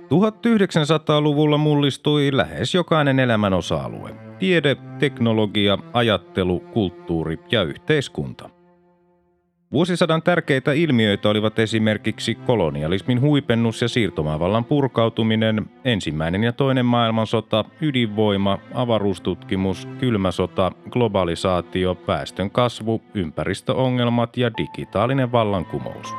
1900-luvulla mullistui lähes jokainen elämän osa-alue. Tiede, teknologia, ajattelu, kulttuuri ja yhteiskunta. Vuosisadan tärkeitä ilmiöitä olivat esimerkiksi kolonialismin huipennus ja siirtomaavallan purkautuminen, ensimmäinen ja toinen maailmansota, ydinvoima, avaruustutkimus, kylmä sota, globalisaatio, väestön kasvu, ympäristöongelmat ja digitaalinen vallankumous.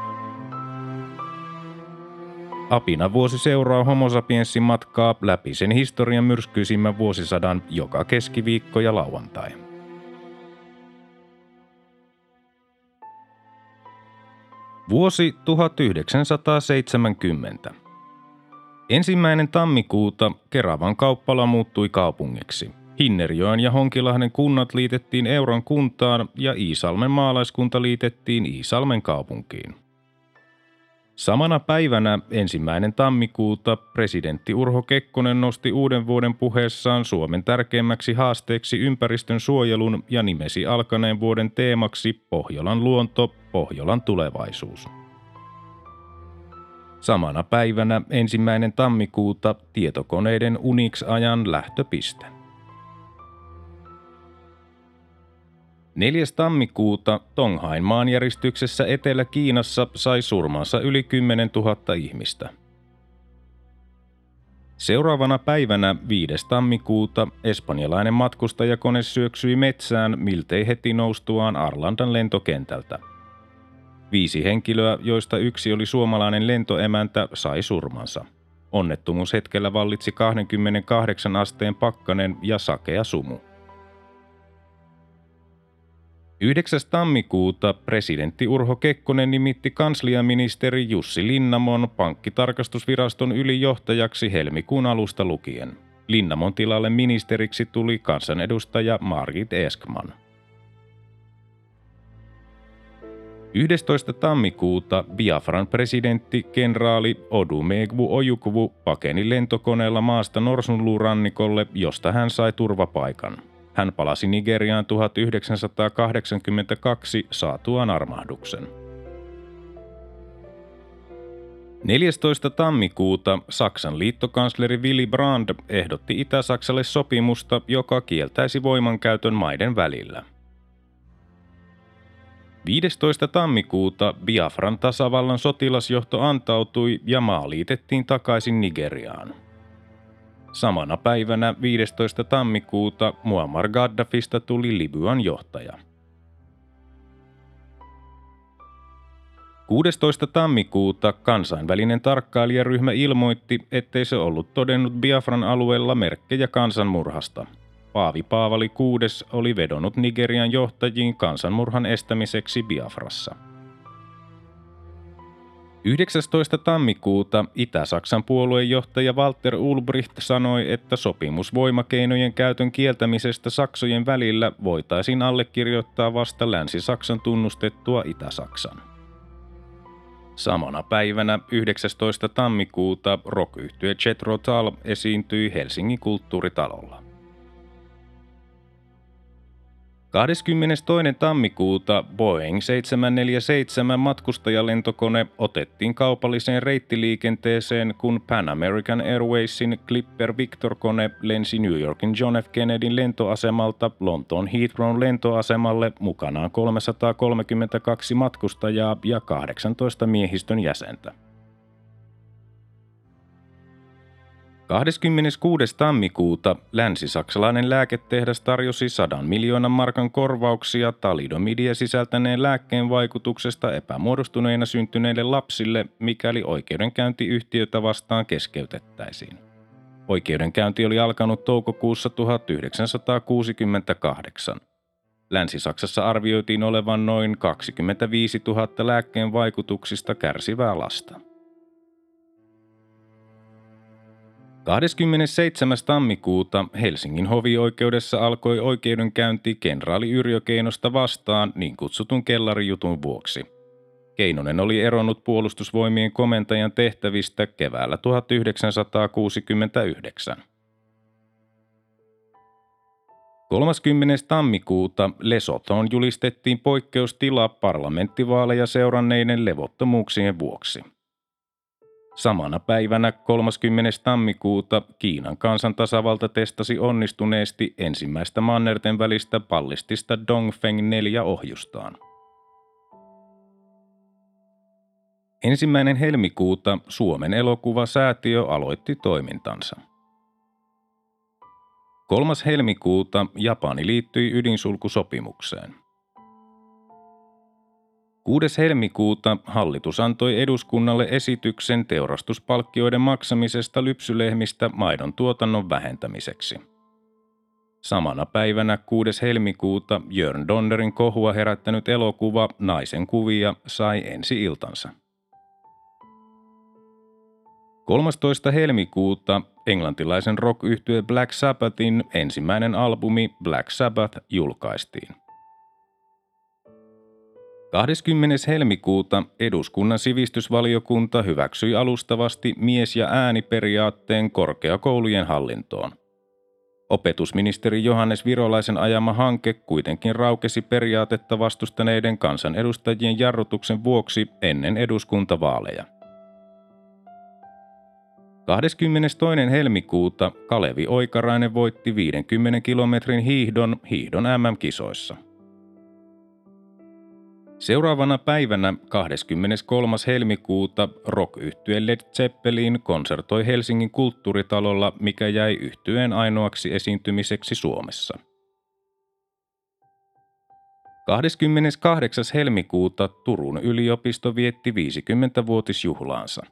Apinavuosi seuraa Homo sapiensin matkaa läpi sen historian myrskyisimmän vuosisadan joka keskiviikko ja lauantai. Vuosi 1970. 1. tammikuuta Keravan kauppala muuttui kaupungiksi. Hinnerjoen ja Honkilahden kunnat liitettiin Euron kuntaan ja Iisalmen maalaiskunta liitettiin Iisalmen kaupunkiin. Samana päivänä 1. tammikuuta presidentti Urho Kekkonen nosti uuden vuoden puheessaan Suomen tärkeimmäksi haasteeksi ympäristön suojelun ja nimesi alkaneen vuoden teemaksi Pohjolan luonto, Pohjolan tulevaisuus. Samana päivänä 1. tammikuuta tietokoneiden Unix-ajan lähtöpiste. 4. tammikuuta Tonghain maanjäristyksessä Etelä-Kiinassa sai surmansa yli 10 000 ihmistä. Seuraavana päivänä 5. tammikuuta espanjalainen matkustajakone syöksyi metsään miltei heti noustuaan Arlandan lentokentältä. 5 henkilöä, joista yksi oli suomalainen lentoemäntä, sai surmansa. Onnettomuushetkellä vallitsi 28 asteen pakkanen ja sakea sumu. 9. tammikuuta presidentti Urho Kekkonen nimitti kansliaministeri Jussi Linnamon pankkitarkastusviraston ylijohtajaksi helmikuun alusta lukien. Linnamon tilalle ministeriksi tuli kansanedustaja Margit Eskman. 11. tammikuuta Biafran presidentti kenraali Odumegwu Ojukwu pakeni lentokoneella maasta Norsunluurannikolle, josta hän sai turvapaikan. Hän palasi Nigeriaan 1982 saatuaan armahduksen. 14. tammikuuta Saksan liittokansleri Willy Brandt ehdotti Itä-Saksalle sopimusta, joka kieltäisi voimankäytön maiden välillä. 15. tammikuuta Biafran tasavallan sotilasjohto antautui ja maa liitettiin takaisin Nigeriaan. Samana päivänä 15. tammikuuta Muammar Gaddafista tuli Libyan johtaja. 16. tammikuuta kansainvälinen tarkkailijaryhmä ilmoitti, ettei se ollut todennut Biafran alueella merkkejä kansanmurhasta. Paavi Paavali VI oli vedonnut Nigerian johtajiin kansanmurhan estämiseksi Biafrassa. 19. tammikuuta Itä-Saksan puoluejohtaja Walter Ulbricht sanoi, että sopimus voimakeinojen käytön kieltämisestä Saksojen välillä voitaisiin allekirjoittaa vasta Länsi-Saksan tunnustettua Itä-Saksan. Samana päivänä 19. tammikuuta rock-yhtye Jethro Tull esiintyi Helsingin kulttuuritalolla. 22. tammikuuta Boeing 747 matkustajalentokone otettiin kaupalliseen reittiliikenteeseen, kun Pan American Airwaysin Clipper Victor-kone lensi New Yorkin John F. Kennedyn lentoasemalta Lontoon Heathrown lentoasemalle mukanaan 332 matkustajaa ja 18 miehistön jäsentä. 26. tammikuuta länsisaksalainen lääketehdas tarjosi 100 miljoonan markan korvauksia talidomidia sisältäneen lääkkeen vaikutuksesta epämuodostuneina syntyneille lapsille, mikäli oikeudenkäynti yhtiötä vastaan keskeytettäisiin. Oikeudenkäynti oli alkanut toukokuussa 1968. Länsi-Saksassa arvioitiin olevan noin 25 000 lääkkeen vaikutuksista kärsivää lasta. 27. tammikuuta Helsingin hovioikeudessa alkoi oikeudenkäynti kenraali Yrjö Keinosta vastaan niin kutsutun kellarijutun vuoksi. Keinonen oli eronnut puolustusvoimien komentajan tehtävistä keväällä 1969. 30. tammikuuta Lesothoon julistettiin poikkeustila parlamenttivaaleja seuranneiden levottomuuksien vuoksi. Samana päivänä 30. tammikuuta Kiinan kansantasavalta testasi onnistuneesti ensimmäistä mannerten välistä ballistista Dongfeng-4-ohjustaan. 1. helmikuuta Suomen elokuvasäätiö aloitti toimintansa. 3. helmikuuta Japani liittyi ydinsulkusopimukseen. 6. helmikuuta hallitus antoi eduskunnalle esityksen teurastuspalkkioiden maksamisesta lypsylehmistä maidon tuotannon vähentämiseksi. Samana päivänä 6. helmikuuta Jörn Donnerin kohua herättänyt elokuva Naisen kuvia sai ensi-iltansa. 13. helmikuuta englantilaisen rock-yhtye Black Sabbathin ensimmäinen albumi Black Sabbath julkaistiin. 20. helmikuuta eduskunnan sivistysvaliokunta hyväksyi alustavasti mies- ja ääniperiaatteen korkeakoulujen hallintoon. Opetusministeri Johannes Virolaisen ajama hanke kuitenkin raukesi periaatetta vastustaneiden kansanedustajien jarrutuksen vuoksi ennen eduskuntavaaleja. 22. helmikuuta Kalevi Oikarainen voitti 50 kilometrin hiihdon MM-kisoissa. Seuraavana päivänä 23. helmikuuta rock-yhtye Led Zeppelin konsertoi Helsingin kulttuuritalolla, mikä jäi yhtyeen ainoaksi esiintymiseksi Suomessa. 28. helmikuuta Turun yliopisto vietti 50-vuotisjuhlaansa.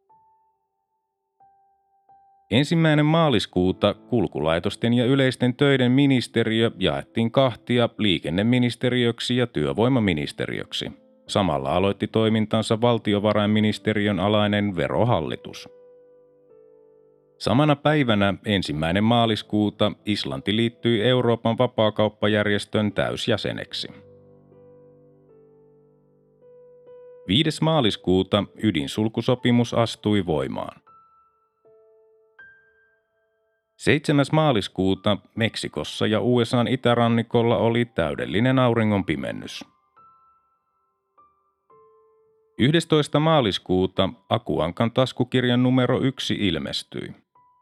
1. maaliskuuta kulkulaitosten ja yleisten töiden ministeriö jaettiin kahtia liikenneministeriöksi ja työvoimaministeriöksi. Samalla aloitti toimintansa valtiovarainministeriön alainen verohallitus. Samana päivänä 1. maaliskuuta Islanti liittyi Euroopan vapaakauppajärjestön täysjäseneksi. 5. maaliskuuta ydinsulkusopimus astui voimaan. 7. maaliskuuta Meksikossa ja USA:n itärannikolla oli täydellinen auringonpimennys. 11. maaliskuuta Akuankan taskukirjan numero 1 ilmestyi.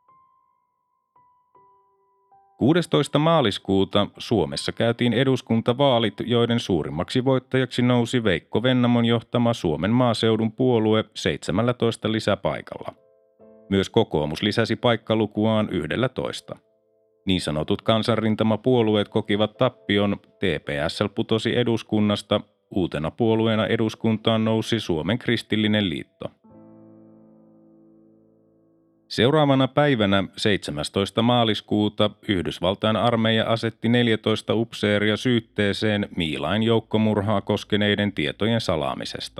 16. maaliskuuta Suomessa käytiin eduskuntavaalit, joiden suurimmaksi voittajaksi nousi Veikko Vennamon johtama Suomen maaseudun puolue 17 lisäpaikalla. Myös kokoomus lisäsi paikkalukuaan 11. Niin sanotut kansanrintamapuolueet kokivat tappion, TPSL putosi eduskunnasta, uutena puolueena eduskuntaan nousi Suomen kristillinen liitto. Seuraavana päivänä 17. maaliskuuta Yhdysvaltain armeija asetti 14 upseeria syytteeseen My Lain joukkomurhaa koskeneiden tietojen salaamisesta.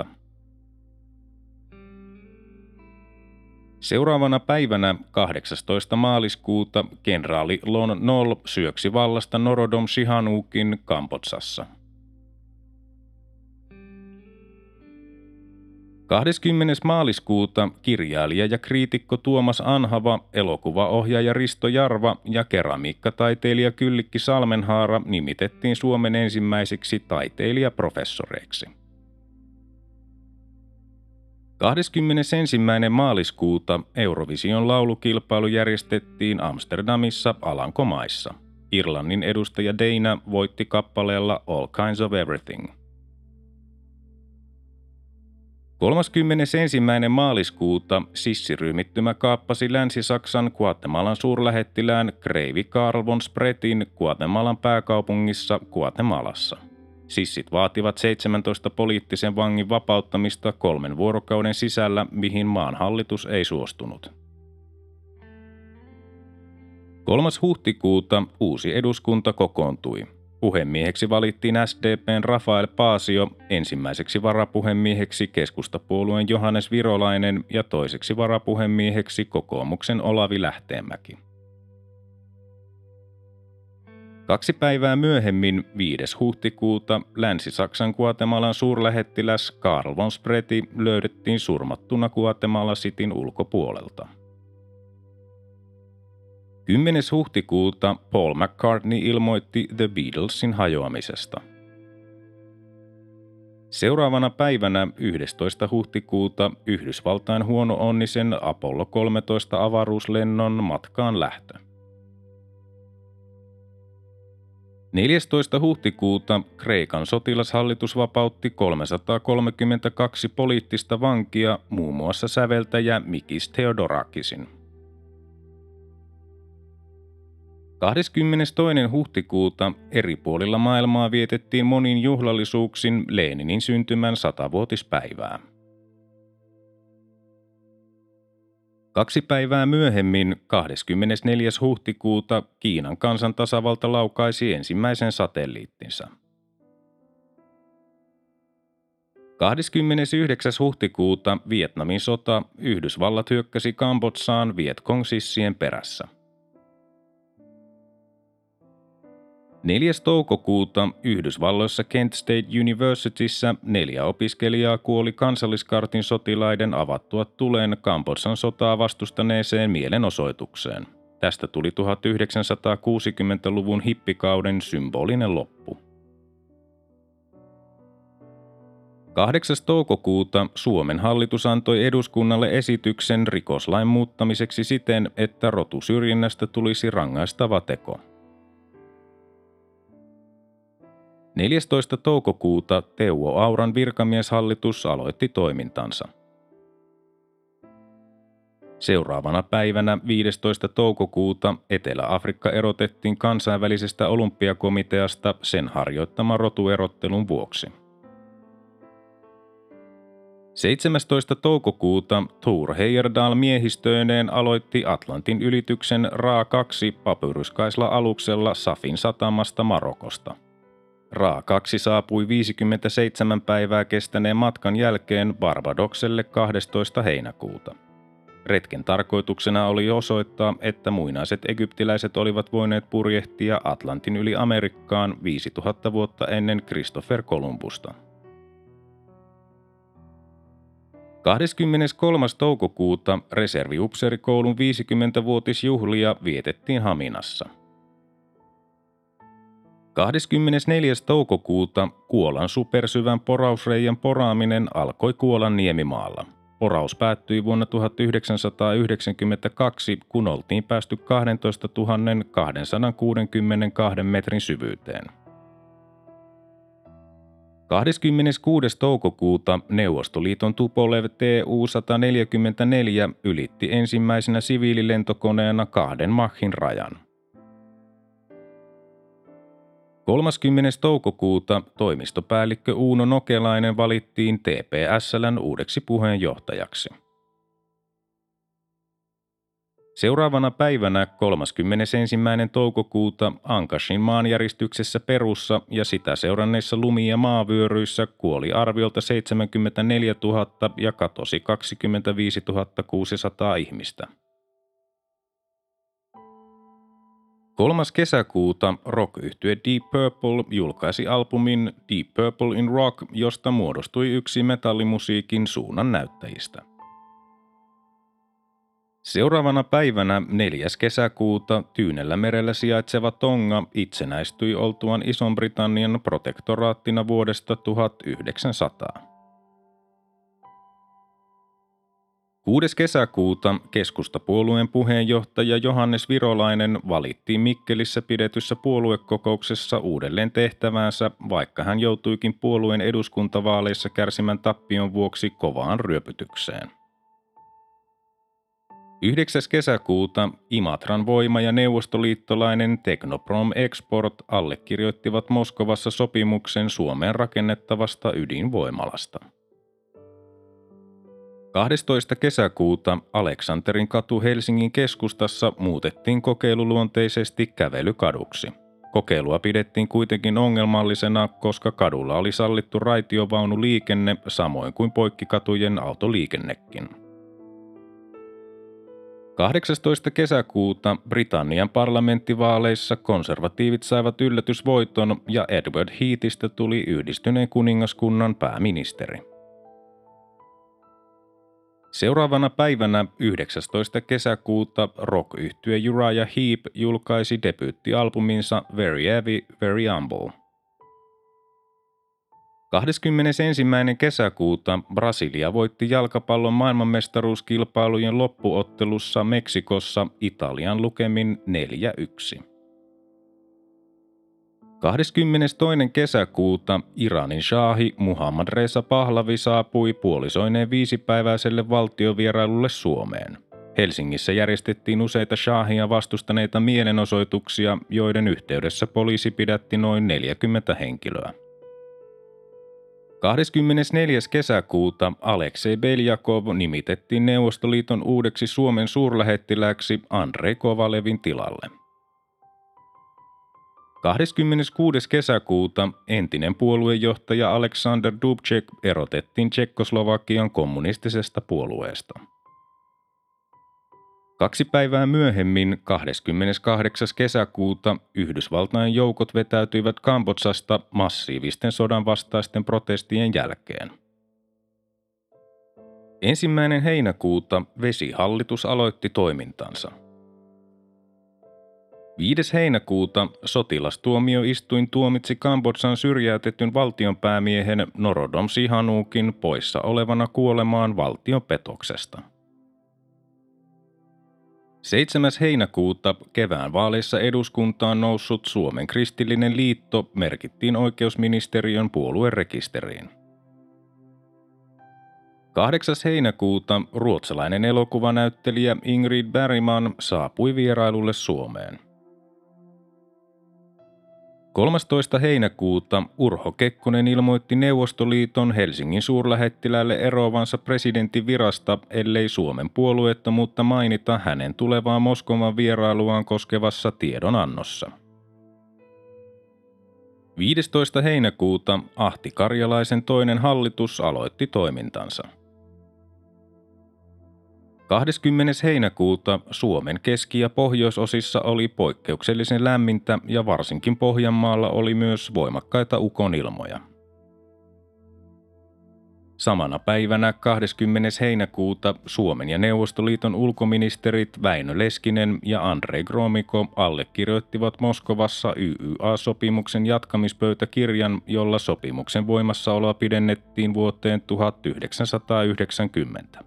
Seuraavana päivänä 18. maaliskuuta kenraali Lon Nol syöksi vallasta Norodom Sihanoukin Kambodsassa. 20. maaliskuuta kirjailija ja kriitikko Tuomas Anhava, elokuvaohjaaja Risto Jarva ja keramiikkataiteilija Kyllikki Salmenhaara nimitettiin Suomen ensimmäisiksi taiteilijaprofessoreiksi. 21. maaliskuuta Eurovision laulukilpailu järjestettiin Amsterdamissa, Alankomaissa. Irlannin edustaja Dana voitti kappaleella All Kinds of Everything. 31. maaliskuuta sissiryhmittymä kaappasi Länsi-Saksan Guatemalan suurlähettilään Kreivi Karl von Spretin Guatemalan pääkaupungissa Guatemalassa. Sissit vaativat 17 poliittisen vangin vapauttamista 3 vuorokauden sisällä, mihin maan hallitus ei suostunut. 3. huhtikuuta uusi eduskunta kokoontui. Puhemieheksi valittiin SDP:n Rafael Paasio, ensimmäiseksi varapuhemieheksi keskustapuolueen Johannes Virolainen ja toiseksi varapuhemieheksi kokoomuksen Olavi Lähteenmäki. 2 päivää myöhemmin, 5. huhtikuuta, Länsi-Saksan Guatemalan suurlähettiläs Karl von Spreti löydettiin surmattuna Guatemala Cityn ulkopuolelta. 10. huhtikuuta Paul McCartney ilmoitti The Beatlesin hajoamisesta. Seuraavana päivänä 11. huhtikuuta Yhdysvaltain huono-onnisen Apollo 13 avaruuslennon matkaan lähtö. 14. huhtikuuta Kreikan sotilashallitus vapautti 332 poliittista vankia, muun muassa säveltäjä Mikis Theodorakisin. 22. huhtikuuta eri puolilla maailmaa vietettiin monin juhlallisuuksin Leninin syntymän 100-vuotispäivää. 2 päivää myöhemmin, 24. huhtikuuta, Kiinan kansantasavalta laukaisi ensimmäisen satelliittinsa. 29. huhtikuuta Vietnamin sota, Yhdysvallat hyökkäsi Kambodsaan Vietcong-sissien perässä. 4. toukokuuta Yhdysvalloissa Kent State Universityssä 4 opiskelijaa kuoli kansalliskartin sotilaiden avattua tuleen Kambodžan sotaa vastustaneeseen mielenosoitukseen. Tästä tuli 1960-luvun hippikauden symbolinen loppu. 8. toukokuuta Suomen hallitus antoi eduskunnalle esityksen rikoslain muuttamiseksi siten, että rotusyrjinnästä tulisi rangaistava teko. 14. toukokuuta Teuvo Auran virkamieshallitus aloitti toimintansa. Seuraavana päivänä 15. toukokuuta Etelä-Afrikka erotettiin kansainvälisestä olympiakomiteasta sen harjoittaman rotuerottelun vuoksi. 17. toukokuuta Thor Heyerdahl miehistöineen aloitti Atlantin ylityksen Ra 2 papyruskaisla-aluksella Safin satamasta Marokosta. Ra 2 saapui 57 päivää kestäneen matkan jälkeen Barbadokselle 12. heinäkuuta. Retken tarkoituksena oli osoittaa, että muinaiset egyptiläiset olivat voineet purjehtia Atlantin yli Amerikkaan 5000 vuotta ennen Christopher Columbusta. 23. toukokuuta reserviupseerikoulun 50-vuotisjuhlia vietettiin Haminassa. 24. toukokuuta Kuolan supersyvän porausreiän poraaminen alkoi Kuolan niemimaalla. Poraus päättyi vuonna 1992, kun oltiin päästy 12 262 metrin syvyyteen. 26. toukokuuta Neuvostoliiton Tupolev Tu-144 ylitti ensimmäisenä siviililentokoneena 2 Machin rajan. 30. toukokuuta toimistopäällikkö Uuno Nokelainen valittiin TPSL:n uudeksi puheenjohtajaksi. Seuraavana päivänä 31. toukokuuta Ankashin maanjäristyksessä Perussa ja sitä seuranneissa lumi- ja maavyöryissä kuoli arviolta 74 000 ja katosi 25 600 ihmistä. 3. kesäkuuta rock-yhtye Deep Purple julkaisi albumin Deep Purple in Rock, josta muodostui yksi metallimusiikin suunnannäyttäjistä. Seuraavana päivänä 4. kesäkuuta Tyynellämerellä sijaitseva Tonga itsenäistyi oltuaan Ison-Britannian protektoraattina vuodesta 1900. 6. kesäkuuta keskustapuolueen puheenjohtaja Johannes Virolainen valittiin Mikkelissä pidetyssä puoluekokouksessa uudelleen tehtäväänsä, vaikka hän joutuikin puolueen eduskuntavaaleissa kärsimän tappion vuoksi kovaan ryöpytykseen. 9. kesäkuuta Imatran voima- ja neuvostoliittolainen Technoprom Export allekirjoittivat Moskovassa sopimuksen Suomeen rakennettavasta ydinvoimalasta. 12. kesäkuuta Aleksanterin katu Helsingin keskustassa muutettiin kokeiluluonteisesti kävelykaduksi. Kokeilua pidettiin kuitenkin ongelmallisena, koska kadulla oli sallittu raitiovaunuliikenne samoin kuin poikkikatujen autoliikennekin. 18. kesäkuuta Britannian parlamenttivaaleissa konservatiivit saivat yllätysvoiton ja Edward Heathistä tuli Yhdistyneen kuningaskunnan pääministeri. Seuraavana päivänä 19. kesäkuuta rock-yhtye Uriah Heep julkaisi debyyttialbuminsa Very Heavy, Very Humble. 21. kesäkuuta Brasilia voitti jalkapallon maailmanmestaruuskilpailujen loppuottelussa Meksikossa Italian lukemin 4-1. 22. kesäkuuta Iranin shaahi Muhammad Reza Pahlavi saapui puolisoineen 5-päiväiselle valtiovierailulle Suomeen. Helsingissä järjestettiin useita shaahia vastustaneita mielenosoituksia, joiden yhteydessä poliisi pidätti noin 40 henkilöä. 24. kesäkuuta Aleksei Beljakov nimitettiin Neuvostoliiton uudeksi Suomen suurlähettilääksi Andrei Kovalevin tilalle. 26. kesäkuuta entinen puoluejohtaja Alexander Dubček erotettiin Tšekkoslovakian kommunistisesta puolueesta. 2 päivää myöhemmin, 28. kesäkuuta, Yhdysvaltain joukot vetäytyivät Kambodsasta massiivisten sodan vastaisten protestien jälkeen. 1. heinäkuuta Vesihallitus aloitti toimintansa. 5. heinäkuuta sotilastuomioistuin tuomitsi Kambodžan syrjäytetyn valtionpäämiehen Norodom Sihanukin poissa olevana kuolemaan valtionpetoksesta. 7. heinäkuuta kevään vaaleissa eduskuntaan noussut Suomen kristillinen liitto merkittiin oikeusministeriön puoluerekisteriin. 8. heinäkuuta ruotsalainen elokuvanäyttelijä Ingrid Bergman saapui vierailulle Suomeen. 13. heinäkuuta Urho Kekkonen ilmoitti Neuvostoliiton Helsingin suurlähettiläälle eroavansa presidentin virasta, ellei Suomen puolueettomuutta mainita hänen tulevaa Moskovan vierailuaan koskevassa tiedonannossa. 15. heinäkuuta Ahti Karjalaisen toinen hallitus aloitti toimintansa. 20. heinäkuuta Suomen keski- ja pohjoisosissa oli poikkeuksellisen lämmintä ja varsinkin Pohjanmaalla oli myös voimakkaita ukonilmoja. Samana päivänä 20. heinäkuuta Suomen ja Neuvostoliiton ulkoministerit Väinö Leskinen ja Andrei Gromyko allekirjoittivat Moskovassa YYA-sopimuksen jatkamispöytäkirjan, jolla sopimuksen voimassaoloa pidennettiin vuoteen 1990.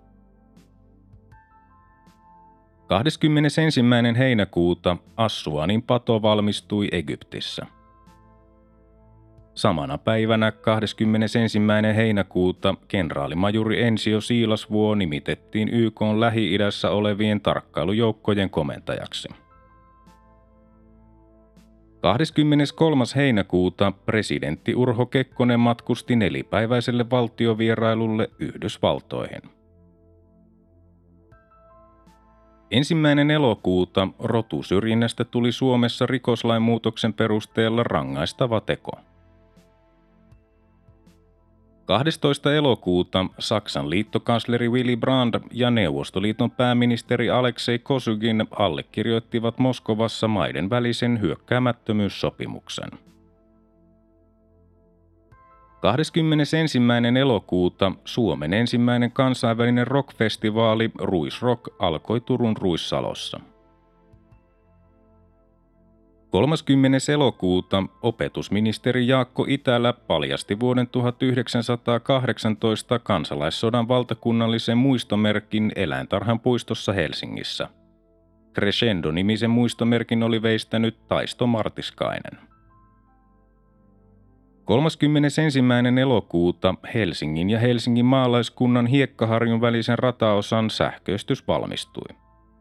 21. heinäkuuta Assuanin pato valmistui Egyptissä. Samana päivänä 21. heinäkuuta kenraalimajuri Ensio Siilasvuo nimitettiin YK:n Lähi-idässä olevien tarkkailujoukkojen komentajaksi. 23. heinäkuuta presidentti Urho Kekkonen matkusti 4-päiväiselle valtiovierailulle Yhdysvaltoihin. 1. elokuuta rotusyrjinnästä tuli Suomessa rikoslain muutoksen perusteella rangaistava teko. 12. elokuuta Saksan liittokansleri Willy Brandt ja Neuvostoliiton pääministeri Aleksei Kosygin allekirjoittivat Moskovassa maiden välisen hyökkäämättömyyssopimuksen. 21. elokuuta Suomen ensimmäinen kansainvälinen rockfestivaali Ruisrock alkoi Turun Ruissalossa. 30. elokuuta opetusministeri Jaakko Itälä paljasti vuoden 1918 kansalaissodan valtakunnallisen muistomerkin Eläintarhan puistossa Helsingissä. Crescendo-nimisen muistomerkin oli veistänyt Taisto Martiskainen. 31. elokuuta Helsingin ja Helsingin maalaiskunnan Hiekkaharjun välisen rataosan sähköistys valmistui.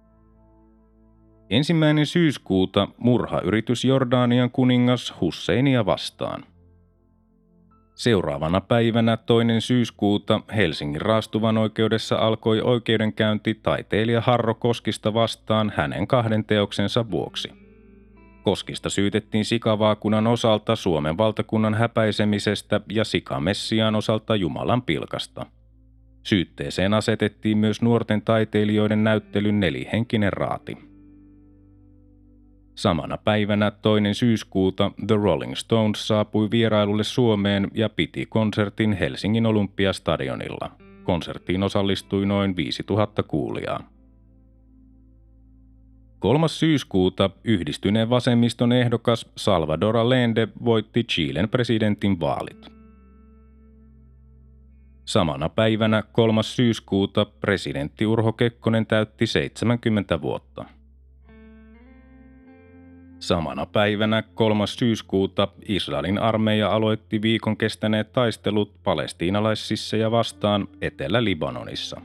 1. syyskuuta murhayritys Jordanian kuningas Husseinia vastaan. Seuraavana päivänä 2. syyskuuta Helsingin Raastuvan oikeudessa alkoi oikeudenkäynti taiteilija Harro Koskista vastaan hänen 2 teoksensa vuoksi. Koskista syytettiin sikavaakunan osalta Suomen valtakunnan häpäisemisestä ja sikamessiaan osalta Jumalan pilkasta. Syytteeseen asetettiin myös nuorten taiteilijoiden näyttelyn 4-henkinen raati. Samana päivänä 2. syyskuuta The Rolling Stones saapui vierailulle Suomeen ja piti konsertin Helsingin Olympiastadionilla. Konserttiin osallistui noin 5000 kuulijaa. 3. syyskuuta yhdistyneen vasemmiston ehdokas Salvador Allende voitti Chilen presidentin vaalit. Samana päivänä 3. syyskuuta presidentti Urho Kekkonen täytti 70 vuotta. Samana päivänä 3. syyskuuta Israelin armeija aloitti viikon kestäneet taistelut palestiinalaississejä vastaan Etelä-Libanonissa.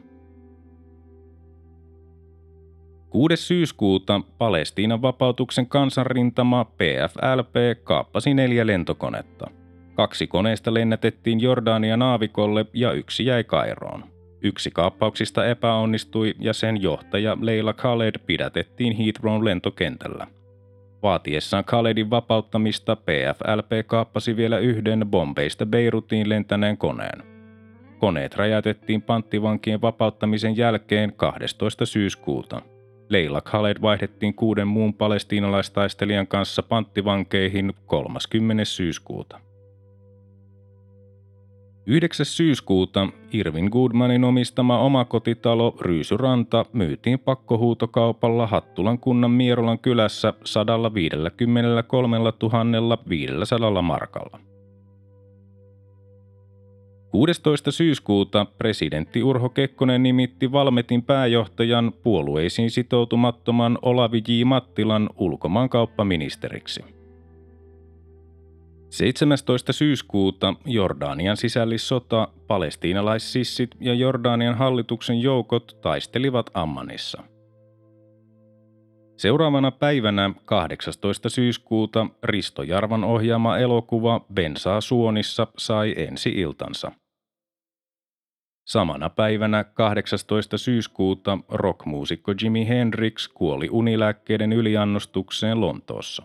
6. syyskuuta Palestiinan vapautuksen kansanrintama PFLP kaappasi 4 lentokonetta. 2 koneista lennätettiin Jordanian aavikolle ja 1 jäi Kairoon. 1 kaappauksista epäonnistui ja sen johtaja Leila Khaled pidätettiin Heathrown lentokentällä. Vaatiessaan Khaledin vapauttamista PFLP kaappasi vielä 1 Bombeista Beirutiin lentäneen koneen. Koneet räjäytettiin panttivankien vapauttamisen jälkeen 12. syyskuuta. Leila Khaled vaihdettiin 6 muun palestiinalaistaistelijan kanssa panttivankeihin 30. syyskuuta. 9. syyskuuta Irvin Goodmanin omistama omakotitalo Ryysyranta myytiin pakkohuutokaupalla Hattulan kunnan Mierolan kylässä 153 500 markalla. 16. syyskuuta presidentti Urho Kekkonen nimitti Valmetin pääjohtajan puolueisiin sitoutumattoman Olavi J. Mattilan ulkomaankauppaministeriksi. 17. syyskuuta Jordanian sisällissota, palestiinalaississit ja Jordanian hallituksen joukot taistelivat Ammanissa. Seuraavana päivänä 18. syyskuuta Risto Jarvan ohjaama elokuva Bensaa suonissa sai ensi-iltansa. Samana päivänä 18. syyskuuta rockmuusikko Jimi Hendrix kuoli unilääkkeiden yliannostukseen Lontoossa.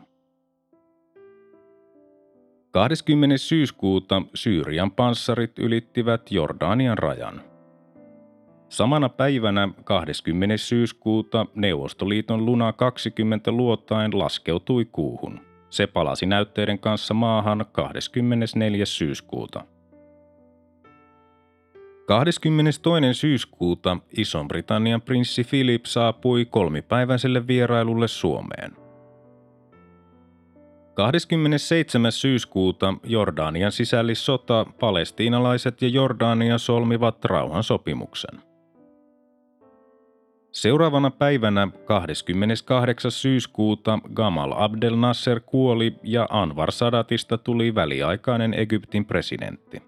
20. syyskuuta Syyrian panssarit ylittivät Jordanian rajan. Samana päivänä 20. syyskuuta Neuvostoliiton Luna 20 luotain laskeutui kuuhun. Se palasi näytteiden kanssa maahan 24. syyskuuta. 22. syyskuuta Ison-Britannian prinssi Philip saapui 3-päiväiselle vierailulle Suomeen. 27. syyskuuta Jordanian sisällissota, palestiinalaiset ja Jordania solmivat rauhansopimuksen. Seuraavana päivänä 28. syyskuuta Gamal Abdel Nasser kuoli ja Anwar Sadatista tuli väliaikainen Egyptin presidentti.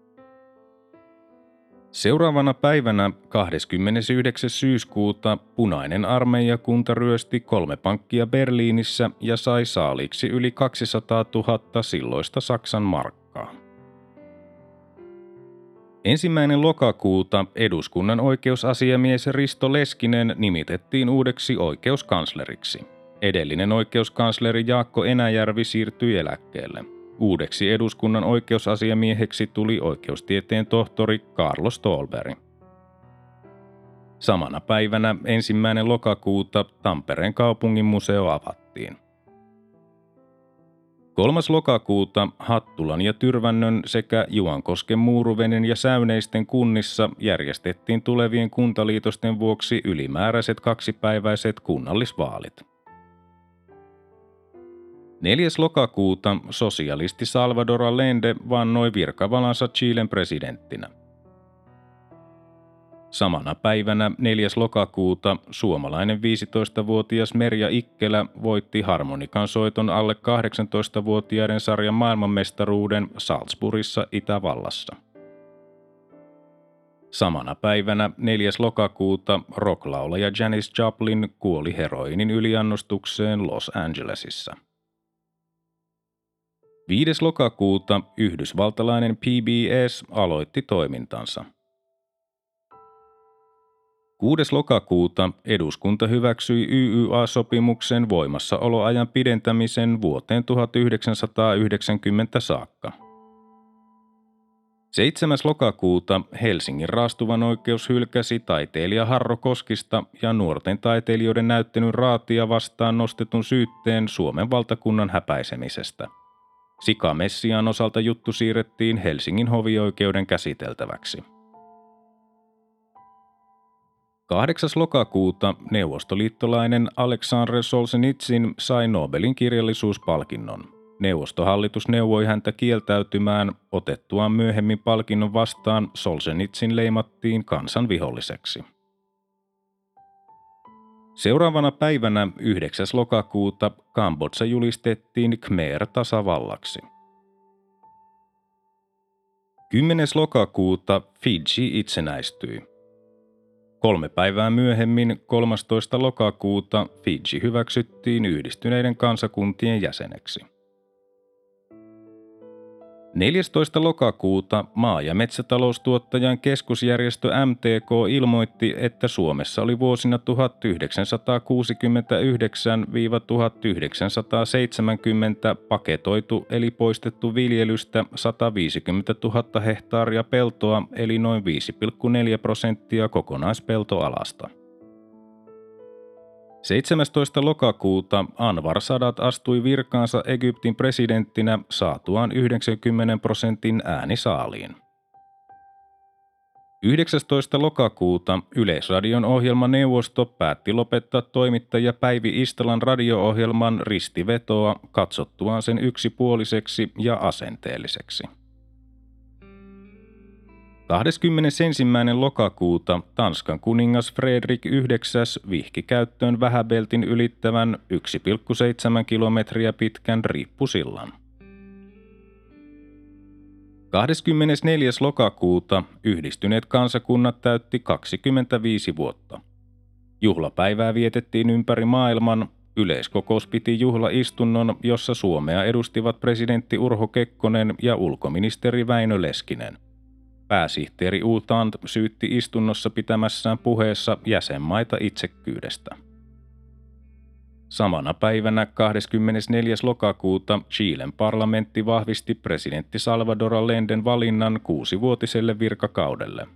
Seuraavana päivänä 29. syyskuuta Punainen armeijakunta ryösti 3 pankkia Berliinissä ja sai saaliksi yli 200 000 silloista Saksan markkaa. 1. lokakuuta eduskunnan oikeusasiamies Risto Leskinen nimitettiin uudeksi oikeuskansleriksi. Edellinen oikeuskansleri Jaakko Enäjärvi siirtyi eläkkeelle. Uudeksi eduskunnan oikeusasiamieheksi tuli oikeustieteen tohtori Carlo Stolberg. Samana päivänä 1. lokakuuta Tampereen kaupungin museo avattiin. 3. lokakuuta Hattulan ja Tyrvännön sekä Juankosken Muuruveden ja Säyneisten kunnissa järjestettiin tulevien kuntaliitosten vuoksi ylimääräiset 2-päiväiset kunnallisvaalit. 4. lokakuuta sosialisti Salvador Allende vannoi virkavalansa Chilen presidenttinä. Samana päivänä 4. lokakuuta suomalainen 15-vuotias Merja Ikkelä voitti harmonikan soiton alle 18-vuotiaiden sarjan maailmanmestaruuden Salzburgissa Itävallassa. Samana päivänä 4. lokakuuta rocklaulaja Janis Joplin kuoli heroinin yliannostukseen Los Angelesissa. 5. lokakuuta yhdysvaltalainen PBS aloitti toimintansa. 6. lokakuuta eduskunta hyväksyi YYA-sopimuksen voimassaoloajan pidentämisen vuoteen 1990 saakka. 7. lokakuuta Helsingin raastuvan oikeus hylkäsi taiteilija Harro Koskista ja nuorten taiteilijoiden näyttelyn Raatia vastaan nostetun syytteen Suomen valtakunnan häpäisemisestä. Sika Messiaan osalta juttu siirrettiin Helsingin hovioikeuden käsiteltäväksi. 8. lokakuuta neuvostoliittolainen Aleksandr Solzhenitsyn sai Nobelin kirjallisuuspalkinnon. Neuvostohallitus neuvoi häntä kieltäytymään, otettuaan myöhemmin palkinnon vastaan Solzhenitsyn leimattiin kansanviholliseksi. Seuraavana päivänä 9. lokakuuta Kambodža julistettiin Khmer-tasavallaksi. 10. lokakuuta Fidži itsenäistyi. 3 päivää myöhemmin 13. lokakuuta Fidži hyväksyttiin Yhdistyneiden kansakuntien jäseneksi. 14. lokakuuta maa- ja metsätaloustuottajan keskusjärjestö MTK ilmoitti, että Suomessa oli vuosina 1969–1970 paketoitu eli poistettu viljelystä 150 000 hehtaaria peltoa eli noin 5,4% kokonaispeltoalasta. 17. lokakuuta Anwar Sadat astui virkaansa Egyptin presidenttinä saatuaan 90% äänisaaliin. 19. lokakuuta Yleisradion ohjelmaneuvosto päätti lopettaa toimittaja Päivi Istalan radio-ohjelman Ristivetoa katsottuaan sen yksipuoliseksi ja asenteelliseksi. 21. lokakuuta Tanskan kuningas Fredrik IX vihki käyttöön vähäbeltin ylittävän 1,7 kilometriä pitkän riippusillan. 24. lokakuuta Yhdistyneet kansakunnat täytti 25 vuotta. Juhlapäivää vietettiin ympäri maailman. Yleiskokous piti juhlaistunnon, jossa Suomea edustivat presidentti Urho Kekkonen ja ulkoministeri Väinö Leskinen. Pääsihteeri U Thant syytti istunnossa pitämässään puheessa jäsenmaita itsekkyydestä. Samana päivänä 24. lokakuuta Chilen parlamentti vahvisti presidentti Salvador Allenden valinnan 6-vuotiselle virkakaudelle.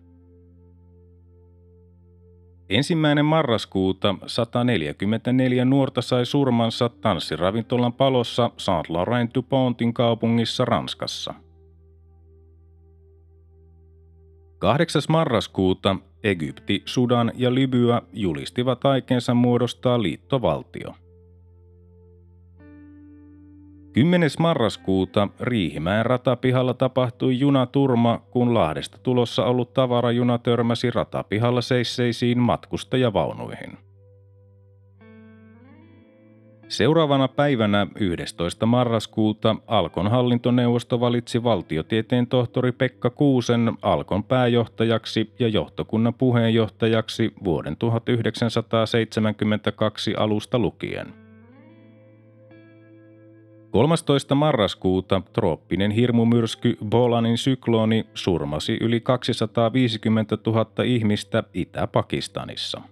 1. marraskuuta 144 nuorta sai surmansa tanssiravintolan palossa Saint-Laurent-du-Pontin kaupungissa Ranskassa. 8. marraskuuta Egypti, Sudan ja Libya julistivat aikeensa muodostaa liittovaltio. 10. marraskuuta Riihimäen ratapihalla tapahtui junaturma, kun Lahdesta tulossa ollut tavarajuna törmäsi ratapihalla seisseisiin matkustajavaunuihin. Seuraavana päivänä 11. marraskuuta Alkon hallintoneuvosto valitsi valtiotieteen tohtori Pekka Kuusen Alkon pääjohtajaksi ja johtokunnan puheenjohtajaksi vuoden 1972 alusta lukien. 13. marraskuuta trooppinen hirmumyrsky Bolanin sykloni surmasi yli 250 000 ihmistä Itä-Pakistanissa.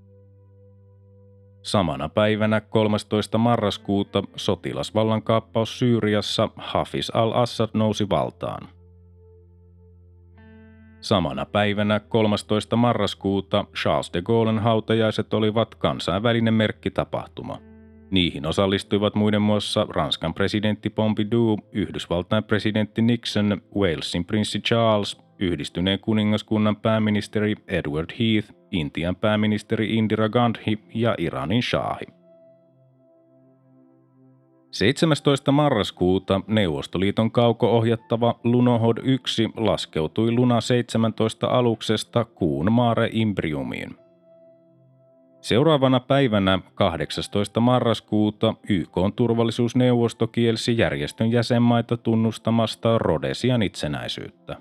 Samana päivänä 13. marraskuuta sotilasvallankaappaus Syyriassa Hafiz al-Assad nousi valtaan. Samana päivänä 13. marraskuuta Charles de Gaullen hautajaiset olivat kansainvälinen merkkitapahtuma. Niihin osallistuivat muiden muassa Ranskan presidentti Pompidou, Yhdysvaltain presidentti Nixon, Walesin prinssi Charles, Yhdistyneen kuningaskunnan pääministeri Edward Heath, Intian pääministeri Indira Gandhi ja Iranin shaahi. 17. marraskuuta Neuvostoliiton kauko-ohjattava Lunohod 1 laskeutui Luna 17 aluksesta kuun Mare Imbriumiin. Seuraavana päivänä 18. marraskuuta YK:n turvallisuusneuvosto kielsi järjestön jäsenmaita tunnustamasta Rhodesian itsenäisyyttä.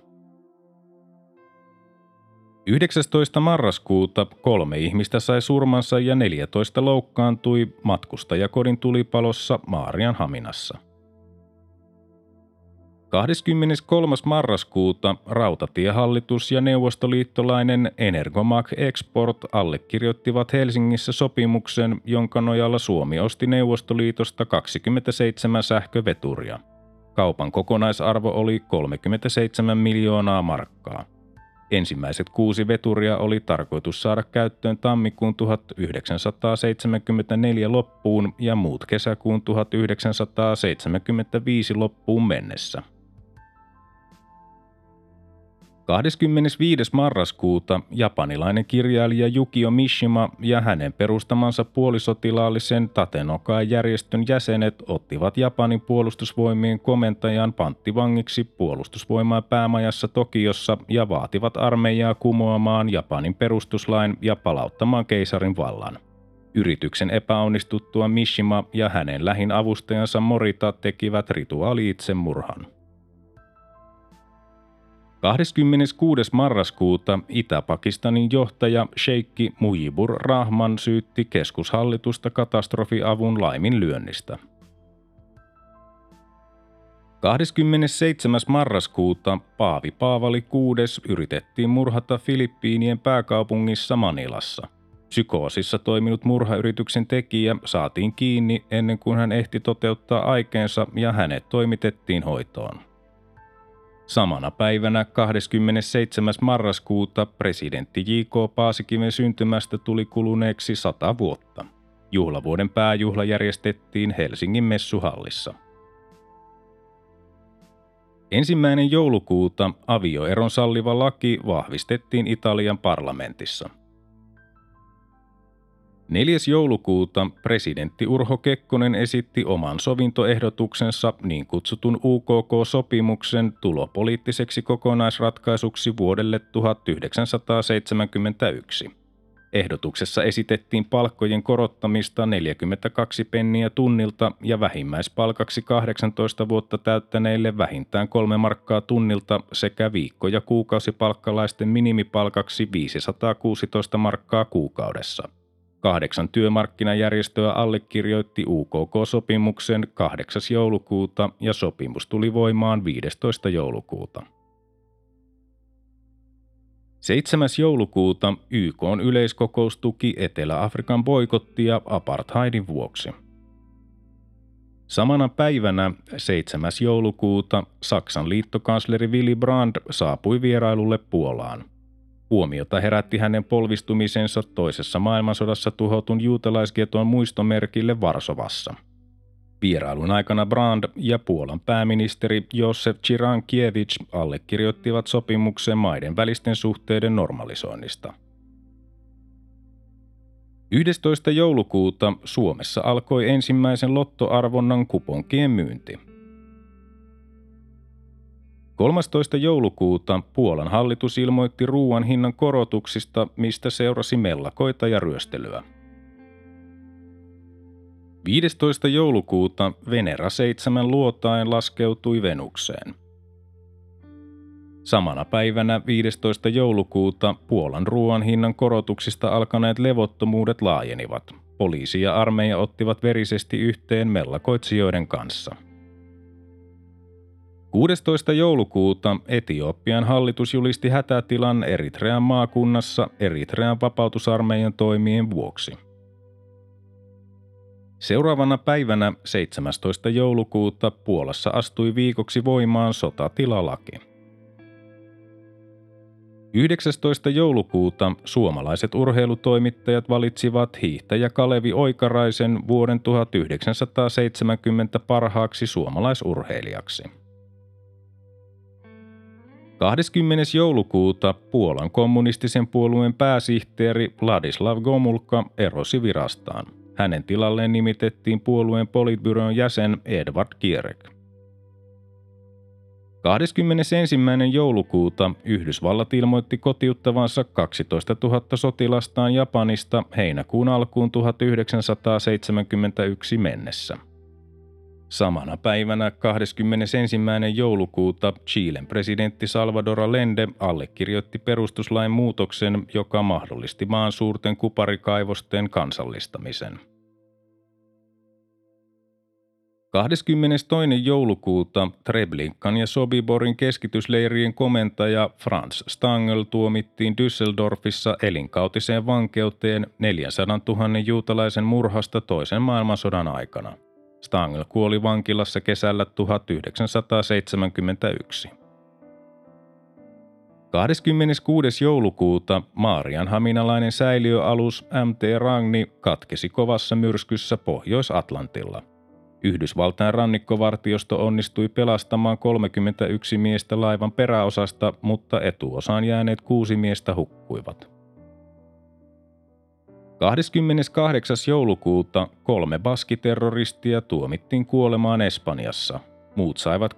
19. marraskuuta 3 ihmistä sai surmansa ja 14 loukkaantui matkustajakodin tulipalossa Maarianhaminassa. 23. marraskuuta Rautatiehallitus ja neuvostoliittolainen Energomag Export allekirjoittivat Helsingissä sopimuksen, jonka nojalla Suomi osti Neuvostoliitosta 27 sähköveturia. Kaupan kokonaisarvo oli 37 miljoonaa markkaa. Ensimmäiset 6 veturia oli tarkoitus saada käyttöön tammikuun 1974 loppuun ja muut kesäkuun 1975 loppuun mennessä. 25. marraskuuta japanilainen kirjailija Yukio Mishima ja hänen perustamansa puolisotilaallisen Tatenokai-järjestön jäsenet ottivat Japanin puolustusvoimien komentajan panttivangiksi puolustusvoimain päämajassa Tokiossa ja vaativat armeijaa kumoamaan Japanin perustuslain ja palauttamaan keisarin vallan. Yrityksen epäonnistuttua Mishima ja hänen lähin avustajansa Morita tekivät rituaali-itsemurhan. 26. marraskuuta Itä-Pakistanin johtaja sheikki Mujibur Rahman syytti keskushallitusta katastrofiavun laiminlyönnistä. 27. marraskuuta Paavi Paavali VI yritettiin murhata Filippiinien pääkaupungissa Manilassa. Psykoosissa toiminut murhayrityksen tekijä saatiin kiinni ennen kuin hän ehti toteuttaa aikeensa ja hänet toimitettiin hoitoon. Samana päivänä 27. marraskuuta presidentti J.K. Paasikiven syntymästä tuli kuluneeksi 100 vuotta. Juhlavuoden pääjuhla järjestettiin Helsingin messuhallissa. 1. joulukuuta avioeron salliva laki vahvistettiin Italian parlamentissa. 4. joulukuuta presidentti Urho Kekkonen esitti oman sovintoehdotuksensa niin kutsutun UKK-sopimuksen tulopoliittiseksi kokonaisratkaisuksi vuodelle 1971. Ehdotuksessa esitettiin palkkojen korottamista 42 penniä tunnilta ja vähimmäispalkaksi 18 vuotta täyttäneille vähintään 3 markkaa tunnilta sekä viikko- ja kuukausipalkkalaisten minimipalkaksi 516 markkaa kuukaudessa. 8 työmarkkinajärjestöä allekirjoitti UKK-sopimuksen 8. joulukuuta ja sopimus tuli voimaan 15. joulukuuta. 7. joulukuuta YK:n yleiskokous tuki Etelä-Afrikan boikottia apartheidin vuoksi. Samana päivänä 7. joulukuuta Saksan liittokansleri Willy Brandt saapui vierailulle Puolaan. Huomiota herätti hänen polvistumisensa toisessa maailmansodassa tuhotun juutalaisgeton muistomerkille Varsovassa. Vierailun aikana Brandt ja Puolan pääministeri Józef Cyrankiewicz allekirjoittivat sopimuksen maiden välisten suhteiden normalisoinnista. 11. joulukuuta Suomessa alkoi ensimmäisen lottoarvonnan kuponkien myynti. 13. joulukuuta Puolan hallitus ilmoitti ruoan hinnan korotuksista, mistä seurasi mellakoita ja ryöstelyä. 15. joulukuuta Venera 7 luotaen laskeutui Venukseen. Samana päivänä 15. joulukuuta Puolan ruoan hinnan korotuksista alkaneet levottomuudet laajenivat. Poliisi ja armeija ottivat verisesti yhteen mellakoitsijoiden kanssa. 16. joulukuuta Etiopian hallitus julisti hätätilan Eritrean maakunnassa Eritrean vapautusarmeijan toimien vuoksi. Seuraavana päivänä 17. joulukuuta Puolassa astui viikoksi voimaan sotatilalaki. 19. joulukuuta suomalaiset urheilutoimittajat valitsivat hiihtäjä Kalevi Oikaraisen vuoden 1970 parhaaksi suomalaisurheilijaksi. 20. joulukuuta Puolan kommunistisen puolueen pääsihteeri Władysław Gomulka erosi virastaan. Hänen tilalleen nimitettiin puolueen politbyroon jäsen Edward Gierek. 21. joulukuuta Yhdysvallat ilmoitti kotiuttavansa 12 000 sotilastaan Japanista heinäkuun alkuun 1971 mennessä. Samana päivänä 21. joulukuuta Chilen presidentti Salvador Allende allekirjoitti perustuslain muutoksen, joka mahdollisti maan suurten kuparikaivosten kansallistamisen. 22. joulukuuta Treblinkan ja Sobiborin keskitysleirien komentaja Franz Stangl tuomittiin Düsseldorfissa elinkautiseen vankeuteen 400 000 juutalaisen murhasta toisen maailmansodan aikana. Stangl kuoli vankilassa kesällä 1971. 26. joulukuuta Maarianhaminalainen säiliöalus MT Ragni katkesi kovassa myrskyssä Pohjois-Atlantilla. Yhdysvaltain rannikkovartiosto onnistui pelastamaan 31 miestä laivan peräosasta, mutta etuosaan jääneet 6 miestä hukkuivat. 28. joulukuuta 3 baskiterroristia tuomittiin kuolemaan Espanjassa. Muut saivat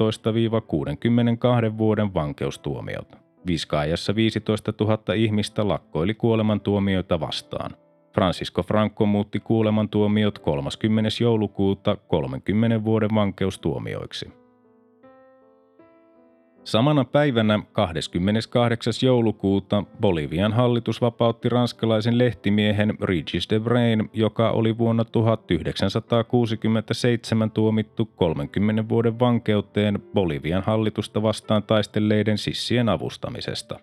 12–62 vuoden vankeustuomiot. Vizcayassa 15 000 ihmistä lakkoili kuolemantuomioita vastaan. Francisco Franco muutti kuolemantuomiot 30. joulukuuta 30 vuoden vankeustuomioiksi. Samana päivänä 28. joulukuuta Bolivian hallitus vapautti ranskalaisen lehtimiehen Regis Debray, joka oli vuonna 1967 tuomittu 30 vuoden vankeuteen Bolivian hallitusta vastaan taistelleiden sissien avustamisesta.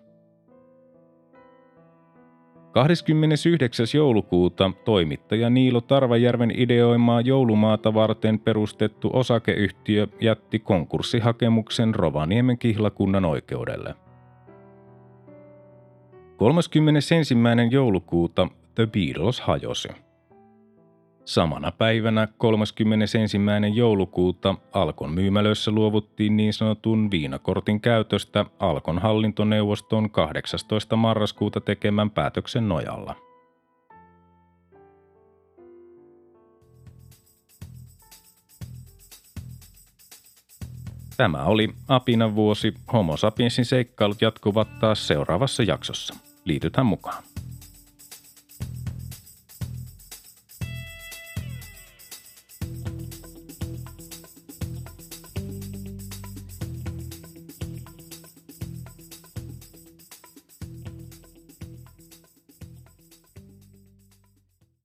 29. joulukuuta toimittaja Niilo Tarvajärven ideoimaa joulumaata varten perustettu osakeyhtiö jätti konkurssihakemuksen Rovaniemen kihlakunnan oikeudelle. 31. joulukuuta The Beatles hajosi. Samana päivänä 31. joulukuuta Alkon myymälöissä luovuttiin niin sanotun viinakortin käytöstä Alkon hallintoneuvoston 18. marraskuuta tekemän päätöksen nojalla. Tämä oli Apinan vuosi. Homo sapiensin seikkailut jatkuvat taas seuraavassa jaksossa. Liitytään mukaan.